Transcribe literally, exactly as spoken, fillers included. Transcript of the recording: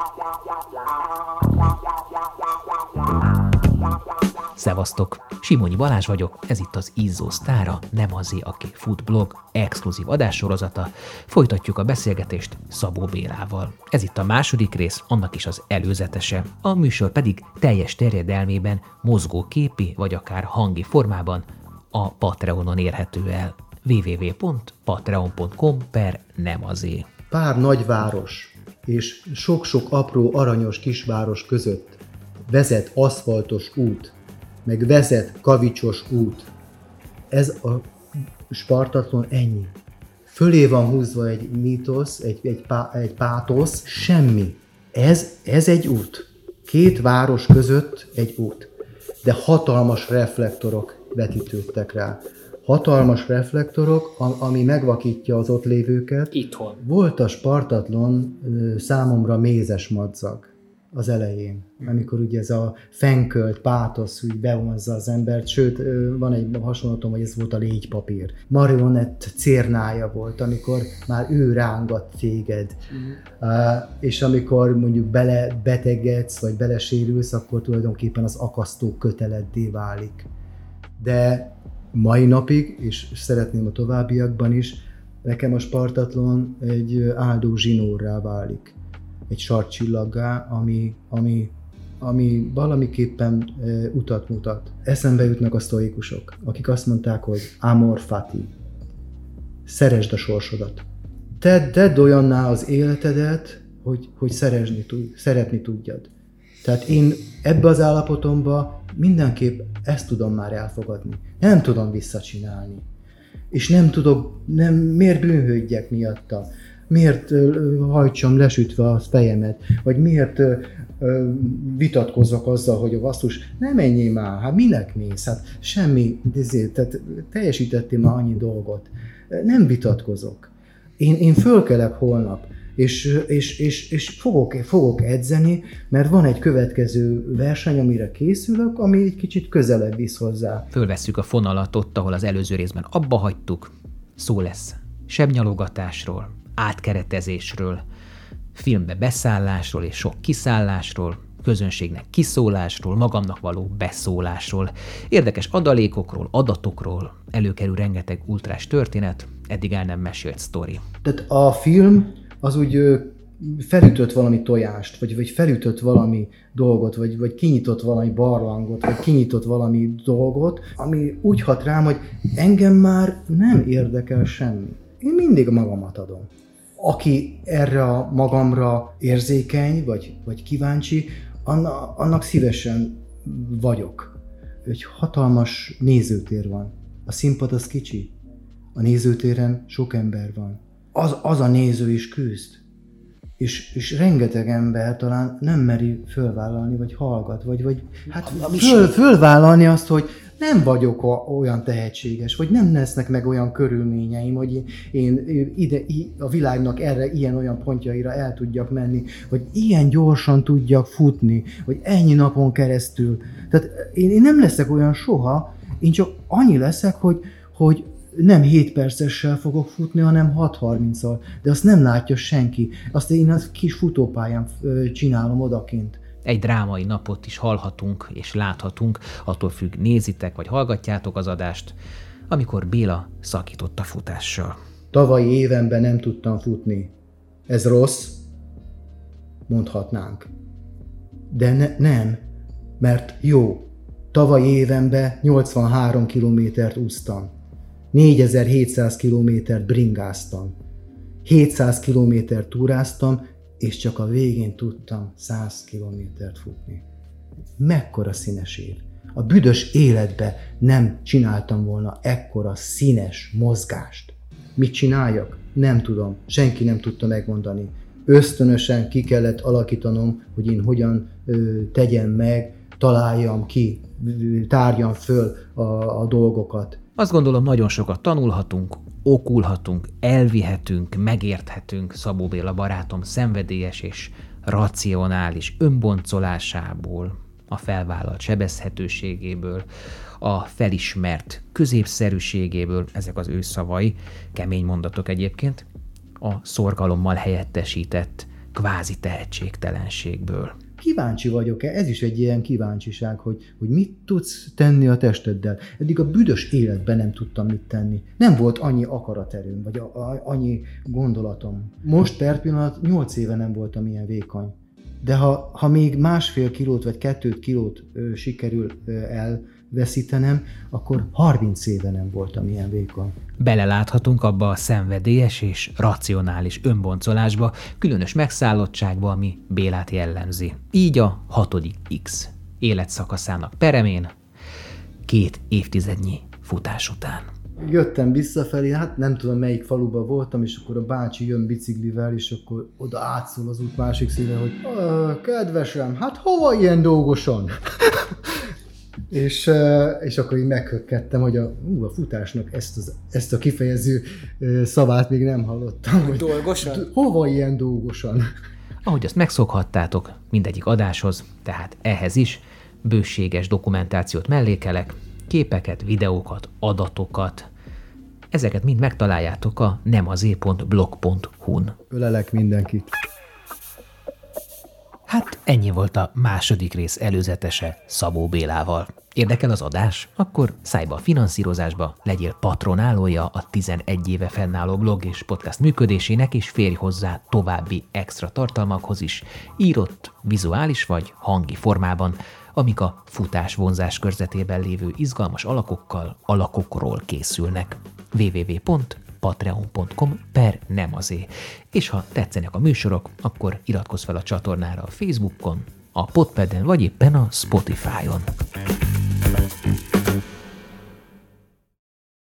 Szevasztok! Simonyi Balázs vagyok, ez itt az Izzó Sztára, nem azé, aki fut blog, exkluzív adássorozata. Folytatjuk a beszélgetést Szabó Bélával. Ez itt a második rész, annak is az előzetese. A műsor pedig teljes terjedelmében, mozgóképi vagy akár hangi formában a Patreonon érhető el. double-u double-u double-u pont patreon pont com per nem azé. Pár nagyváros és sok-sok apró aranyos kisváros között vezet aszfaltos út, meg vezet kavicsos út. Ez a Spartatlon ennyi. Fölé van húzva egy mítosz, egy, egy, pá, egy pátosz, semmi. Ez, ez egy út. Két város között egy út. De hatalmas reflektorok vetítődtek rá. Hatalmas reflektorok, ami megvakítja az ott lévőket. Itthon. Volt a Spartatlon számomra mézes madzag az elején, amikor ugye ez a fenkölt pátosz úgy bevonzza az embert, sőt, van egy hasonlatom, hogy ez volt a légypapír. Marionett cérnája volt, amikor már ő rángat téged, mm. uh, és amikor mondjuk belebetegedsz, vagy belesérülsz, akkor tulajdonképpen az akasztó köteleddé válik. De mai napig, és szeretném a továbbiakban is, nekem a Spartatlon egy áldó zsinórrá válik. Egy sarkcsillaggá, ami, ami, ami valamiképpen e, utat mutat. Eszembe jutnak a sztoikusok, akik azt mondták, hogy amor fati, szeresd a sorsodat. Tedd, tedd olyanná az életedet, hogy, hogy szeresni, szeretni tudjad. Tehát én ebbe az állapotomban mindenképp ezt tudom már elfogadni. Nem tudom visszacsinálni. És nem tudok, nem, miért bűnhődjek miatta? Miért uh, hajtsam lesütve a fejemet? Vagy miért uh, uh, vitatkozzak azzal, hogy a basszus, nem menjél már, hát minek mész? Hát semmi, ezért, tehát teljesítettél már annyi dolgot. Nem vitatkozok. Én, én fölkelek holnap, és, és, és, és fogok, fogok edzeni, mert van egy következő verseny, amire készülök, ami egy kicsit közelebb visz hozzá. Fölvesszük a fonalat ott, ahol az előző részben abba hagytuk. Szó lesz sebnyalogatásról, átkeretezésről, filmbe beszállásról és sok kiszállásról, közönségnek kiszólásról, magamnak való beszólásról, érdekes adalékokról, adatokról, előkerül rengeteg ultrás történet, eddig el nem mesélt sztori. Tehát a film az úgy felütött valami tojást, vagy, vagy felütött valami dolgot, vagy, vagy kinyitott valami barlangot, vagy kinyitott valami dolgot, ami úgy hat rám, hogy engem már nem érdekel semmi. Én mindig magamat adom. Aki erre a magamra érzékeny, vagy, vagy kíváncsi, annak, annak szívesen vagyok. Egy hatalmas nézőtér van. A színpad az kicsi. A nézőtéren sok ember van. Az, az a néző is küzd. És, és rengeteg ember talán nem meri fölvállalni, vagy hallgat, vagy, vagy hát föl, fölvállalni azt, hogy nem vagyok olyan tehetséges, vagy nem lesznek meg olyan körülményeim, hogy én ide, a világnak erre ilyen-olyan pontjaira el tudjak menni, vagy ilyen gyorsan tudjak futni, vagy ennyi napon keresztül. Tehát én, én nem leszek olyan soha, én csak annyi leszek, hogy, hogy nem hét percessel fogok futni, hanem hat harminccal, de azt nem látja senki. Azt én a kis futópályán csinálom odakint. Egy drámai napot is hallhatunk és láthatunk, attól függ, nézitek vagy hallgatjátok az adást, amikor Béla szakított a futással. Tavalyi évenben nem tudtam futni. Ez rossz? Mondhatnánk. De ne, nem, mert jó. Tavalyi évenben nyolcvanhárom kilométert úsztam. négyezer-hétszáz kilométert bringáztam. hétszáz kilométert túráztam, és csak a végén tudtam száz kilométert futni. Mekkora színes év. A büdös életbe nem csináltam volna ekkora színes mozgást. Mit csináljak? Nem tudom. Senki nem tudta megmondani. Ösztönösen ki kellett alakítanom, hogy én hogyan ö, tegyem meg, találjam ki, tárjam föl a, a dolgokat. Azt gondolom, nagyon sokat tanulhatunk, okulhatunk, elvihetünk, megérthetünk Szabó Béla barátom szenvedélyes és racionális önboncolásából, a felvállalt sebezhetőségéből, a felismert középszerűségéből, ezek az ő szavai, kemény mondatok egyébként, a szorgalommal helyettesített kvázi tehetségtelenségből. Kíváncsi vagyok-e? Ez is egy ilyen kíváncsiság, hogy, hogy mit tudsz tenni a testeddel. Eddig a büdös életben nem tudtam mit tenni. Nem volt annyi akaraterőm, vagy a, a, annyi gondolatom. Most per pillanat nyolc éve nem voltam ilyen vékony. De ha, ha még másfél kilót vagy kettőt kilót ö, sikerül ö, elveszítenem, akkor harminc éve nem voltam ilyen vékony. Beleláthatunk abba a szenvedélyes és racionális önboncolásba, különös megszállottságba, ami Bélát jellemzi. Így a hatodik X életszakaszának peremén, két évtizednyi futás után. Jöttem visszafelé, hát nem tudom melyik faluban voltam, és akkor a bácsi jön biciklivel, és akkor oda átszól az út másik színe, hogy kedvesem, hát hova ilyen dolgosan? és, és akkor így meghökkettem, hogy a, ú, a futásnak ezt, az, ezt a kifejező szavát még nem hallottam. Hogy dolgosan? Hova ilyen dolgosan? Ahogy azt megszokhattátok mindegyik adáshoz, tehát ehhez is bőséges dokumentációt mellékelek, képeket, videókat, adatokat. Ezeket mind megtaláljátok a nemazé pont blog pont hu-n. Ölelek mindenkit. Hát ennyi volt a második rész előzetese Szabó Bélával. Érdekel az adás? Akkor szállj be a finanszírozásba, legyél patronálója a tizenegy éve fennálló blog és podcast működésének, és férj hozzá további extra tartalmakhoz is, írott, vizuális vagy hangi formában, amik a futás vonzás körzetében lévő izgalmas alakokkal, alakokról készülnek. double-u double-u double-u pont patreon pont com per nemazé. És ha tetszenek a műsorok, akkor iratkozz fel a csatornára a Facebookon, a Podpeden vagy éppen a Spotify-on.